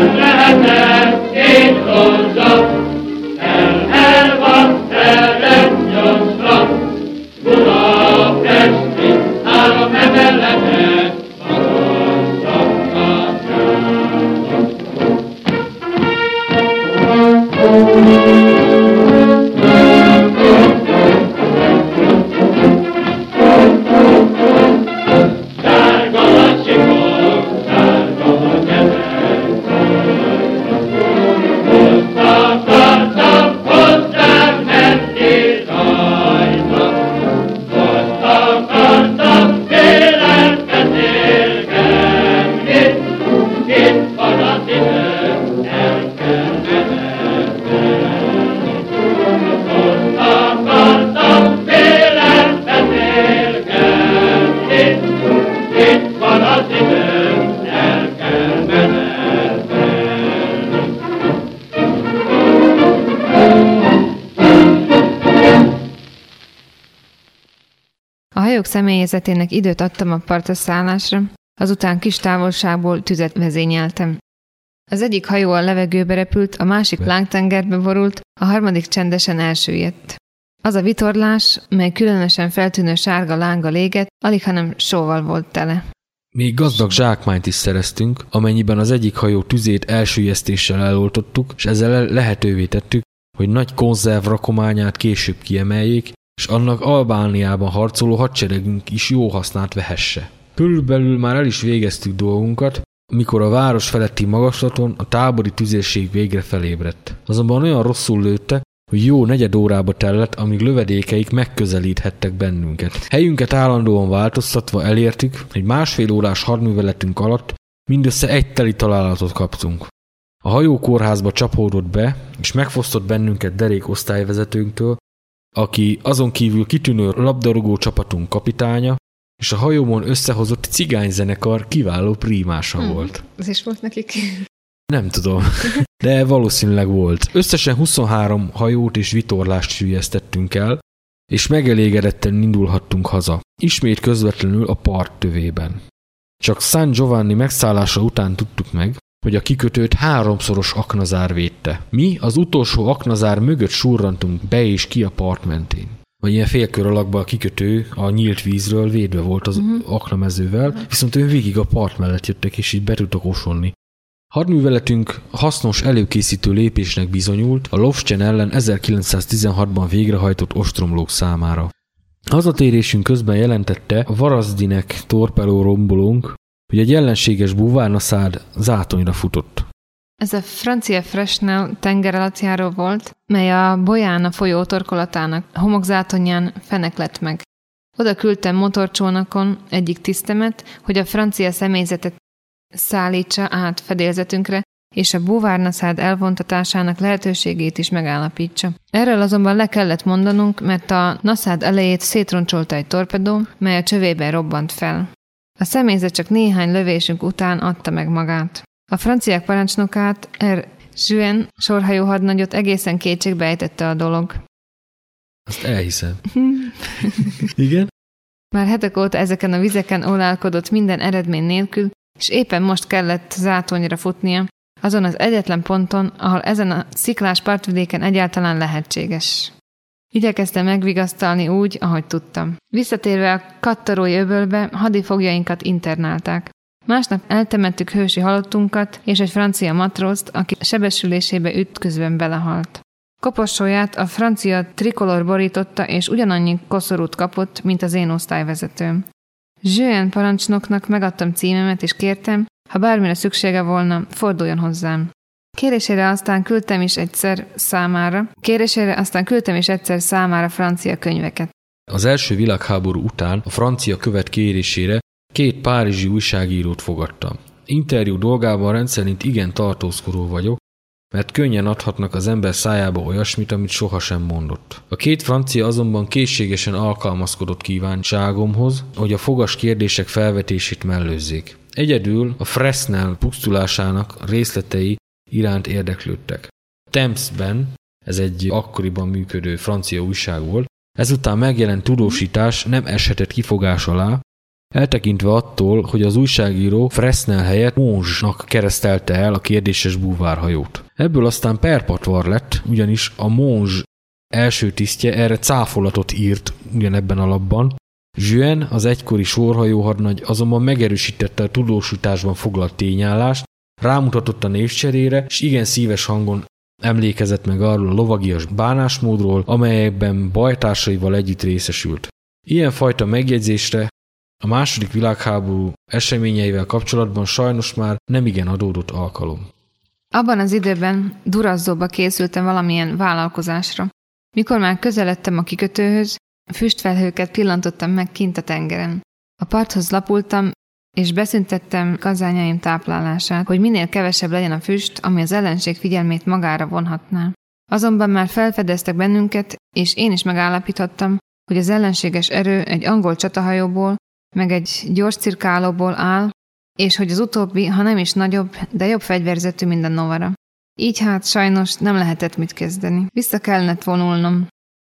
S5: El, el van, el
S2: hajók személyzetének időt adtam a partra szállásra, azután kis távolságból tüzet vezényeltem. Az egyik hajó a levegőbe repült, a másik lángtengerbe borult, a harmadik csendesen elsüllyedt. Az a vitorlás, mely különösen feltűnő sárga lánggal égett, alighanem sóval volt tele.
S3: Még gazdag zsákmányt is szereztünk, amennyiben az egyik hajó tüzét elsüllyesztéssel eloltottuk, és ezzel lehetővé tettük, hogy nagy konzerv rakományát később kiemeljék, és annak Albániában harcoló hadseregünk is jó hasznát vehesse. Körülbelül már el is végeztük dolgunkat, mikor a város feletti magaslaton a tábori tüzérség végre felébredt. Azonban olyan rosszul lőttek, hogy jó negyed órába tellett, amíg lövedékeik megközelíthettek bennünket. Helyünket állandóan változtatva elértük, hogy másfél órás hadműveletünk alatt mindössze egy teli találatot kaptunk. A hajó kórházba csapódott be, és megfosztott bennünket derék osztályvezetőnktől, aki azon kívül kitűnő labdarúgó csapatunk kapitánya, és a hajómon összehozott cigányzenekar kiváló prímása hmm, volt.
S2: Ez is volt nekik?
S3: Nem tudom, de valószínűleg volt. Összesen huszonhárom hajót és vitorlást süllyesztettünk el, és megelégedetten indulhattunk haza. Ismét közvetlenül a part tövében. Csak San Giovanni megszállása után tudtuk meg, hogy a kikötőt háromszoros aknazár védte. Mi az utolsó aknazár mögött surrantunk be és ki a part mentén. Vagy ilyen félkör alakban a kikötő a nyílt vízről védve volt az uh-huh. aknamezővel, viszont ő végig a part mellett jöttek, és így be tudtak osonni. Hadműveletünk hasznos előkészítő lépésnek bizonyult a Lovcsen ellen ezerkilencszáztizenhatban végrehajtott ostromlók számára. Hazatérésünk közben jelentette a Varazdinek torpedó rombolónk, hogy egy ellenséges búvárnaszád zátonyra futott.
S2: Ez a francia Fresnel tengeralattjáró volt, mely a Bojána folyó torkolatának homokzátonyán fenek lett meg. Oda küldtem motorcsónakon egyik tisztemet, hogy a francia személyzetet szállítsa át fedélzetünkre, és a búvárnaszád elvontatásának lehetőségét is megállapítsa. Erről azonban le kellett mondanunk, mert a naszád elejét szétroncsolta egy torpedó, mely a csövében robbant fel. A személyzet csak néhány lövésünk után adta meg magát. A franciák parancsnokát, R. Juin sorhajó hadnagyot egészen kétségbe ejtette a dolog.
S3: Azt elhiszem. Igen?
S2: Már hetek óta ezeken a vizeken ólálkodott minden eredmény nélkül, és éppen most kellett zátonyra futnia, azon az egyetlen ponton, ahol ezen a sziklás partvidéken egyáltalán lehetséges. Igyekeztem megvigasztalni úgy, ahogy tudtam. Visszatérve a Kattarói öbölbe, hadifogjainkat internálták. Másnap eltemettük hősi halottunkat és egy francia matrózt, aki sebesülésébe ütközben belehalt. Koporsóját a francia trikolor borította, és ugyanannyi koszorút kapott, mint az én osztályvezetőm. Juin parancsnoknak megadtam címemet, és kértem, ha bármire szüksége volna, forduljon hozzám. Kérésére aztán küldtem is egyszer számára, kérésére aztán küldtem is egyszer számára francia könyveket.
S3: Az első világháború után a francia követ kérésére két párizsi újságírót fogadtam. Interjú dolgában rendszerint igen tartózkodó vagyok, mert könnyen adhatnak az ember szájába olyasmit, amit sohasem mondott. A két francia azonban készségesen alkalmazkodott kívánságomhoz, hogy a fogas kérdések felvetését mellőzzék. Egyedül a Fresnel pusztulásának részletei iránt érdeklődtek. A Temps-ben, ez egy akkoriban működő francia újság volt, ezután megjelent tudósítás nem eshetett kifogás alá, eltekintve attól, hogy az újságíró Fresnel helyett Monge-nak keresztelte el a kérdéses búvárhajót. Ebből aztán perpatvar lett, ugyanis a Monge első tisztje erre cáfolatot írt ugyanebben a lapban. Juin, az egykori sorhajó hadnagy azonban megerősítette a tudósításban foglalt tényállást, rámutatott a névcserére, és igen szíves hangon emlékezett meg arról a lovagias bánásmódról, amelyekben bajtársaival együtt részesült. Ilyenfajta megjegyzésre a második világháború eseményeivel kapcsolatban sajnos már nemigen adódott alkalom.
S2: Abban az időben Durazzóba készültem valamilyen vállalkozásra. Mikor már közeledtem a kikötőhöz, füstfelhőket pillantottam meg kint a tengeren. A parthoz lapultam, és beszüntettem kazányáim táplálását, hogy minél kevesebb legyen a füst, ami az ellenség figyelmét magára vonhatná. Azonban már felfedeztek bennünket, és én is megállapíthattam, hogy az ellenséges erő egy angol csatahajóból, meg egy gyors cirkálóból áll, és hogy az utóbbi, ha nem is nagyobb, de jobb fegyverzetű, mint a Novara. Így hát sajnos nem lehetett mit kezdeni. Vissza kellett vonulnom.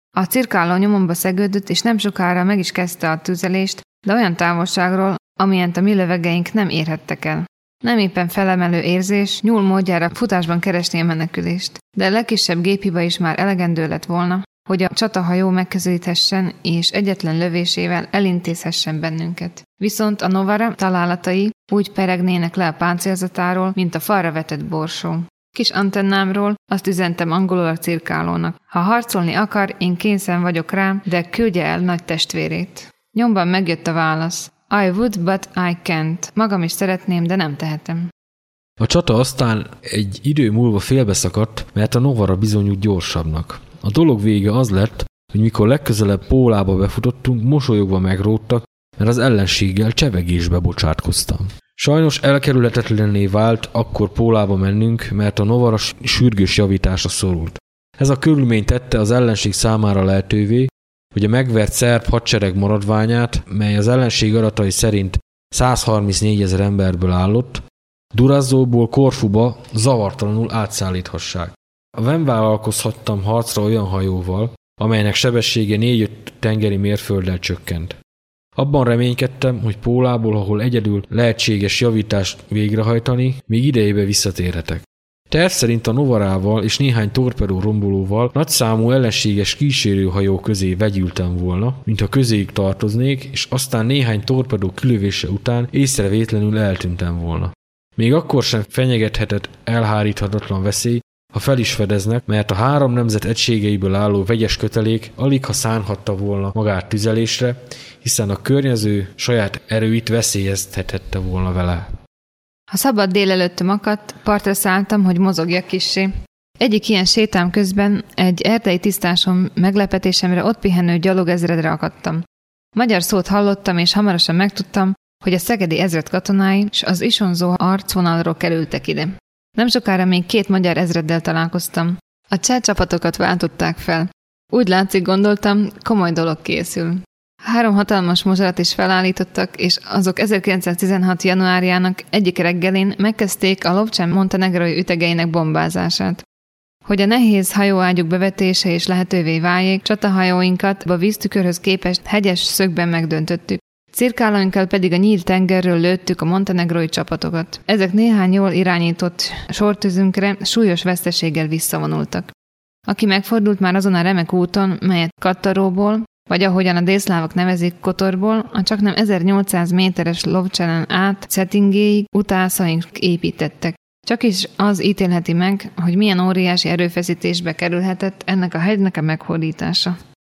S2: A cirkáló nyomomba szegődött, és nem sokára meg is kezdte a tüzelést, de olyan távolságról, amilyent a mi lövegeink nem érhettek el. Nem éppen felemelő érzés, nyúl módjára futásban keresni a menekülést, de a legkisebb géphiba is már elegendő lett volna, hogy a csatahajó megközelíthessen és egyetlen lövésével elintézhessen bennünket. Viszont a Novara találatai úgy peregnének le a páncélzatáról, mint a falra vetett borsó. Kis antennámról azt üzentem angolul a cirkálónak. Ha harcolni akar, én kényszen vagyok rám, de küldje el nagy testvérét. Nyomban megjött a válasz. I would, but I can't. Magam is szeretném, de nem tehetem.
S3: A csata aztán egy idő múlva félbeszakadt, mert a Novara bizonyult gyorsabbnak. A dolog vége az lett, hogy mikor legközelebb Pólába befutottunk, mosolyogva megródtak, mert az ellenséggel csevegésbe bocsátkoztam. Sajnos elkerülhetetlenné vált akkor Pólába mennünk, mert a Novara sürgős javításra szorult. Ez a körülmény tette az ellenség számára lehetővé, hogy a megvert szerb hadsereg maradványát, mely az ellenség adatai szerint százharmincnégyezer emberből állott, Durazzóból Korfuba zavartalanul átszállíthassák. Nem vállalkozhattam harcra olyan hajóval, amelynek sebessége négy-öt tengeri mérfölddel csökkent. Abban reménykedtem, hogy Pólából, ahol egyedül lehetséges javítást végrehajtani, még idejébe visszatérhetek. Terv szerint a Novarával és néhány torpedó rombolóval nagyszámú ellenséges kísérőhajó közé vegyültem volna, mintha közéjük tartoznék, és aztán néhány torpedó kilövése után észrevétlenül eltűntem volna. Még akkor sem fenyegethetett elháríthatatlan veszély, ha fel is fedeznek, mert a három nemzet egységeiből álló vegyes kötelék aligha szánhatta volna magát tüzelésre, hiszen a környező saját erőit veszélyeztethette volna vele.
S2: Ha szabad délelőttöm akadt, partra szálltam, hogy mozogjak kissé. Egyik ilyen sétám közben egy erdei tisztáson meglepetésemre ott pihenő gyalogezredre akadtam. Magyar szót hallottam, és hamarosan megtudtam, hogy a szegedi ezred katonái s az isonzó arcvonalról kerültek ide. Nem sokára még két magyar ezreddel találkoztam. A cseh csapatokat váltották fel. Úgy látszik, gondoltam, komoly dolog készül. Három hatalmas mozarat is felállítottak, és azok ezerkilencszáztizenhat januárjának egyik reggelén megkezdték a Lovcsen montenegrói ütegeinek bombázását. Hogy a nehéz hajóágyuk bevetése és lehetővé váljék, csatahajóinkat a víztükörhöz képest hegyes szögben megdöntöttük. Cirkálóinkkal pedig a nyílt tengerről lőttük a montenegrói csapatokat. Ezek néhány jól irányított sortüzünkre súlyos veszteséggel visszavonultak. Aki megfordult már azon a remek úton, melyet Kattaróból, vagy ahogyan a délszlávok nevezik Kotorból, a csaknem ezernyolcszáz méteres Lovcsenen át Cetingéig utászaink építettek. Csak is az ítélheti meg, hogy milyen óriási erőfeszítésbe kerülhetett ennek a hegynek a meghódítása.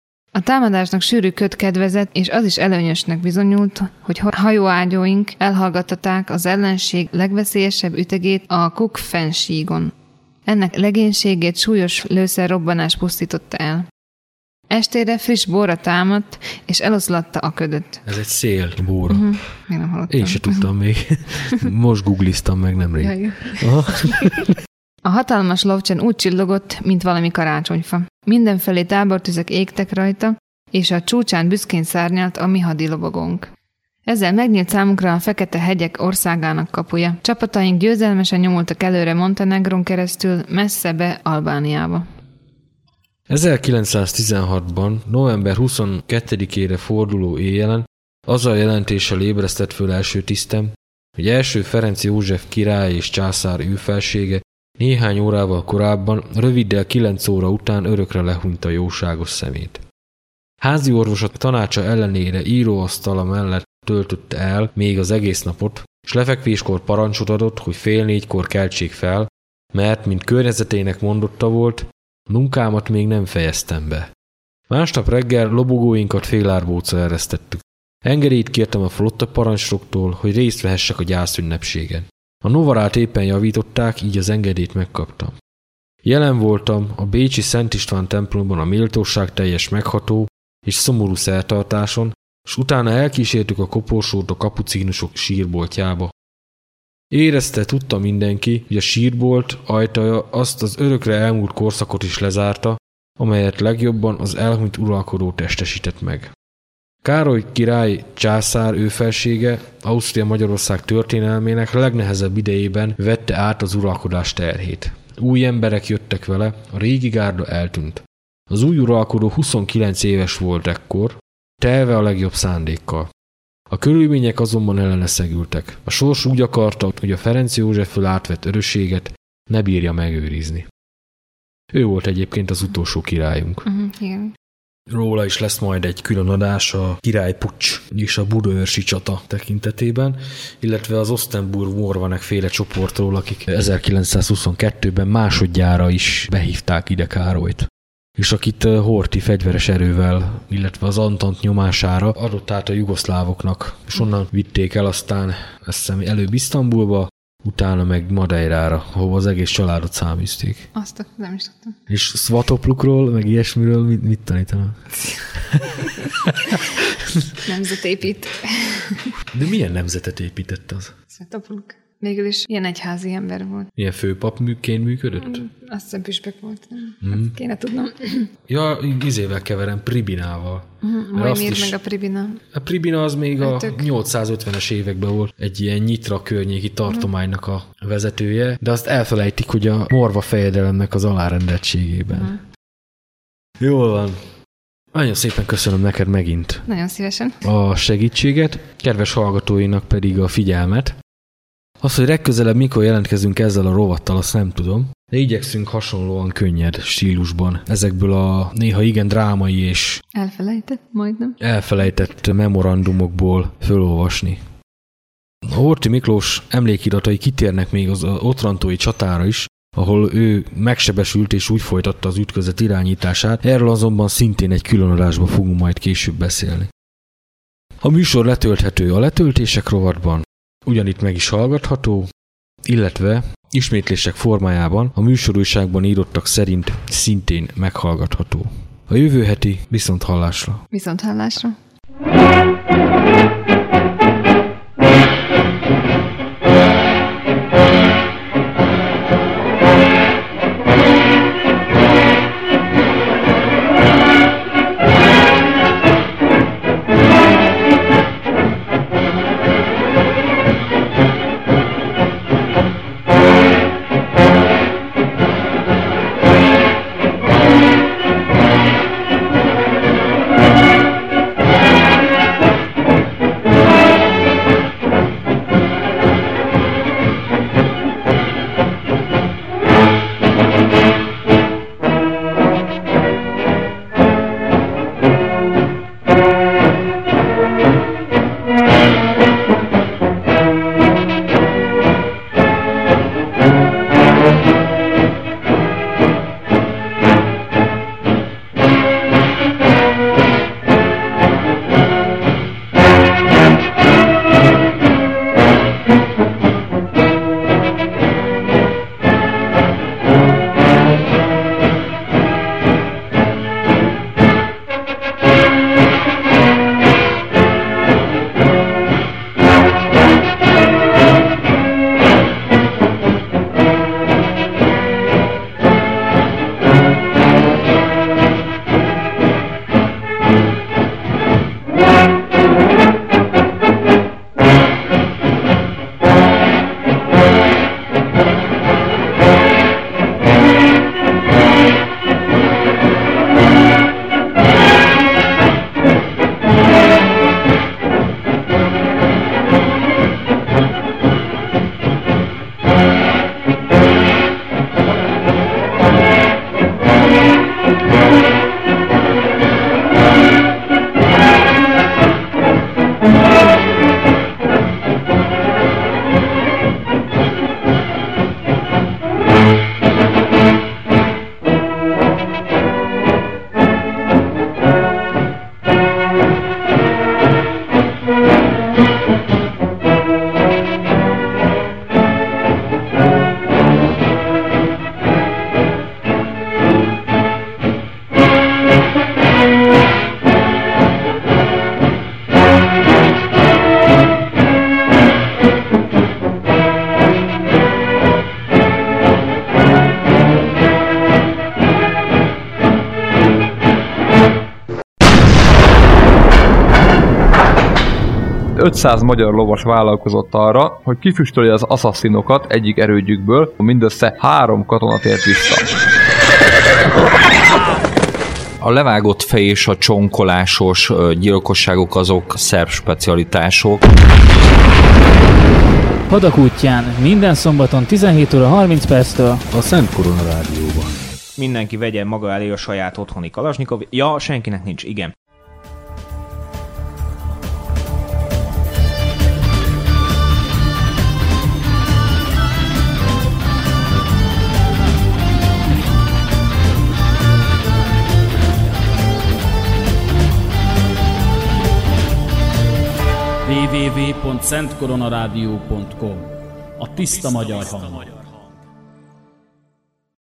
S2: A támadásnak sűrű köt kedvezett, és az is előnyösnek bizonyult, hogy hajóágyóink elhallgattatták az ellenség legveszélyesebb ütegét a Kuk-fensígon. Ennek legénységét súlyos lőszerrobbanás pusztította el. Estére friss bóra támadt, és eloszlatta a ködöt.
S3: Ez egy szélbóra. Uh-huh.
S2: Még nem hallottam.
S3: Én se tudtam még. Most googliztam meg nemrég.
S2: Jaj. A hatalmas Lovcsen úgy csillogott, mint valami karácsonyfa. Mindenfelé tábortüzek égtek rajta, és a csúcsán büszkén szárnyalt a mi hadilobogónk. Ezzel megnyílt számunkra a fekete hegyek országának kapuja. Csapataink győzelmesen nyomultak előre Montenegron keresztül, messze be Albániába.
S3: ezerkilencszáztizenhatban, november huszonkettedikére forduló éjjelen azzal jelentéssel ébresztett föl első tisztem, hogy első Ferenc József király és császár őfelsége néhány órával korábban, röviddel kilenc óra után örökre lehúnyta jóságos szemét. Házi orvos a tanácsa ellenére íróasztala mellett töltötte el még az egész napot, és lefekvéskor parancsot adott, hogy fél négykor keltsék fel, mert, mint környezetének mondotta volt, munkámat még nem fejeztem be. Másnap reggel lobogóinkat félárbóca eresztettük. Engedélyt kértem a flotta parancsnoktól, hogy részt vehessek a gyászünnepségen. A Novarát éppen javították, így az engedélyt megkaptam. Jelen voltam a bécsi Szent István templomban a méltóság teljes megható és szomorú szertartáson, és utána elkísértük a koporsót a kapucínusok sírboltjába. Érezte, tudta mindenki, hogy a sírbolt ajtaja azt az örökre elmúlt korszakot is lezárta, amelyet legjobban az elhunyt uralkodó testesített meg. Károly király császár őfelsége Ausztria-Magyarország történelmének legnehezebb idejében vette át az uralkodás terhét. Új emberek jöttek vele, a régi gárda eltűnt. Az új uralkodó huszonkilenc éves volt ekkor, telve a legjobb szándékkal. A körülmények azonban ellene szegültek. A sors úgy akarta, hogy a Ferenc Józseffől átvett örökséget ne bírja megőrizni. Ő volt egyébként az utolsó királyunk.
S2: Uh-huh, igen.
S3: Róla is lesz majd egy külön adás a királypuccs és a budaörsi csata tekintetében, illetve az Ostenburg-Morvanek féle csoportról, akik ezerkilencszázhuszonkettőben másodjára is behívták ide Károlyt, és akit Horthy fegyveres erővel, illetve az Antant nyomására adott át a jugoszlávoknak, és onnan vitték el aztán azt hiszem előbb Isztambulba, utána meg Madeirára, ahol az egész családot száműzték.
S2: Azt nem is tudtam.
S3: És Svatoplukról, meg ilyesmiről mit, mit tanítanak?
S2: Nemzetépít.
S3: De milyen nemzetet épített az?
S2: Svatopluk. Végül is ilyen egyházi ember volt.
S3: Milyen főpapként működött?
S2: Azt hiszem püspök volt.
S3: Mm.
S2: Azt kéne tudnom.
S3: Ja, izével keverem, Pribinával.
S2: Mm, majd miért is... meg a Pribina?
S3: A Pribina az még a
S2: Ötök.
S3: nyolcszázötvenes években volt egy ilyen Nyitra környéki tartománynak a vezetője, de azt elfelejtik, hogy a Morva fejedelemnek az alárendeltségében. Mm. Jól van. Nagyon szépen köszönöm neked megint.
S2: Nagyon szívesen.
S3: A segítséget, kedves hallgatóinak pedig a figyelmet. Az, hogy legközelebb mikor jelentkezünk ezzel a rovattal, azt nem tudom, de igyekszünk hasonlóan könnyed stílusban ezekből a néha igen drámai és
S2: elfelejtett, majdnem.
S3: elfelejtett memorandumokból fölolvasni. A Horthy Miklós emlékiratai kitérnek még az otrantói csatára is, ahol ő megsebesült és úgy folytatta az ütközet irányítását, erről azonban szintén egy külön adásban fogunk majd később beszélni. A műsor letölthető a letöltések rovatban, ugyanitt meg is hallgatható, illetve ismétlések formájában a műsorújságban írottak szerint szintén meghallgatható. A jövő heti viszonthallásra.
S2: Viszonthallásra.
S5: ötszáz magyar lovas vállalkozott arra, hogy kifüstölje az assasszinokat egyik erődjükből, mindössze három katona tért vissza. A levágott fej és a csonkolásos gyilkosságok azok szerb specialitások.
S1: Hadak útján minden szombaton tizenhét óra harminc perctől
S3: a Szent Korona Rádióban.
S6: Mindenki vegye maga elé a saját otthoni kalasnyikov. Ja, senkinek nincs, igen.
S1: double-u double-u double-u pont szent korona rádió pont com. A tiszta magyar hang.